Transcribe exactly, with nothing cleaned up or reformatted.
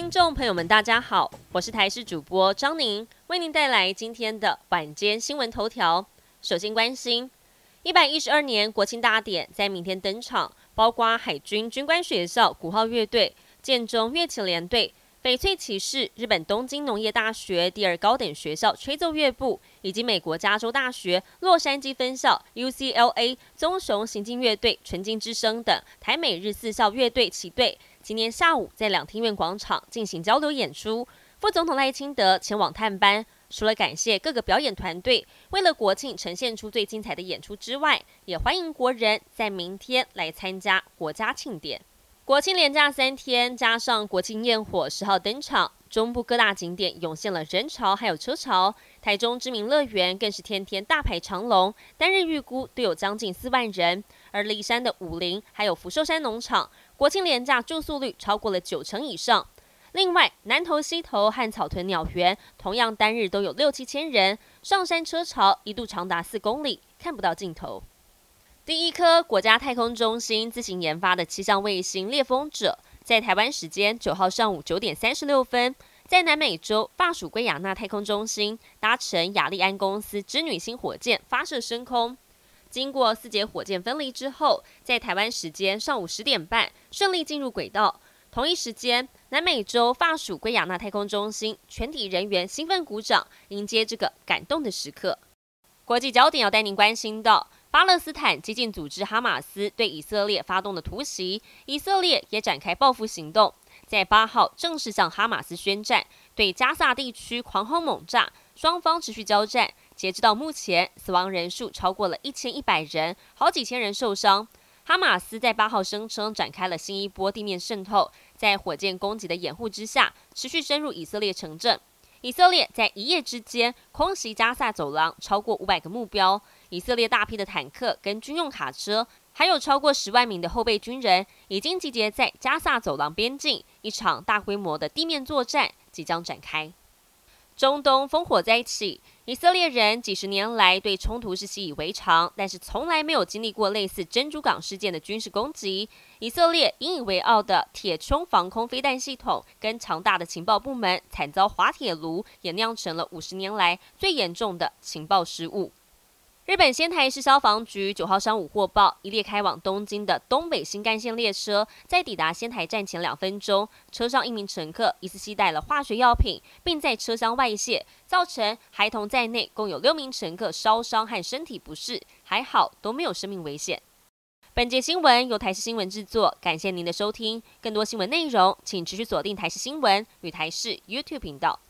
听众朋友们，大家好，我是台视主播张宁，为您带来今天的晚间新闻头条。首先关心一百一十二年国庆大典在明天登场，包括海军军官学校鼓号乐队、建中乐器联队、翡翠骑士、日本东京农业大学第二高等学校吹奏乐部，以及美国加州大学洛杉矶分校 U C L A 棕熊行进乐队、纯金之声等台美日四校乐队齐队，今天下午在两厅院广场进行交流演出。副总统赖清德前往探班，除了感谢各个表演团队为了国庆呈现出最精彩的演出之外，也欢迎国人在明天来参加国家庆典。国庆连假三天，加上国庆焰火十号登场，中部各大景点涌现了人潮还有车潮。台中知名乐园更是天天大排长龙，单日预估都有将近四万人。而梨山的武陵还有福寿山农场，国庆连假住宿率超过了九成以上。另外，南投、溪头和草屯鸟园同样单日都有六七千人，上山车潮一度长达四公里，看不到尽头。第一颗国家太空中心自行研发的气象卫星猎风者，在台湾时间九号上午九点三十六分，在南美洲法属圭亚那太空中心搭乘亚利安公司织女星火箭发射升空。经过四节火箭分离之后，在台湾时间上午十点半顺利进入轨道。同一时间，南美洲法属圭亚那太空中心全体人员兴奋鼓掌，迎接这个感动的时刻。国际焦点要带您关心到巴勒斯坦激进组织哈马斯对以色列发动的突袭，以色列也展开报复行动，在八号正式向哈马斯宣战，对加萨地区狂轰猛炸，双方持续交战。截至到目前，死亡人数超过了一千一百人，好几千人受伤。哈马斯在八号声称展开了新一波地面渗透，在火箭攻击的掩护之下，持续深入以色列城镇。以色列在一夜之间空袭加萨走廊超过五百个目标，以色列大批的坦克跟军用卡车，还有超过十万名的后备军人已经集结在加萨走廊边境，一场大规模的地面作战即将展开。中东烽火再起，以色列人几十年来对冲突是习以为常，但是从来没有经历过类似珍珠港事件的军事攻击。以色列引以为傲的铁穹防空飞弹系统跟强大的情报部门惨遭滑铁卢，也酿成了五十年来最严重的情报失误。日本仙台市消防局九号上午获报，一列开往东京的东北新干线列车在抵达仙台站前两分钟，车上一名乘客疑似携带了化学药品，并在车厢外泄，造成孩童在内共有六名乘客烧伤和身体不适，还好都没有生命危险。本节新闻由台视新闻制作，感谢您的收听。更多新闻内容，请持续锁定台视新闻与台视 YouTube 频道。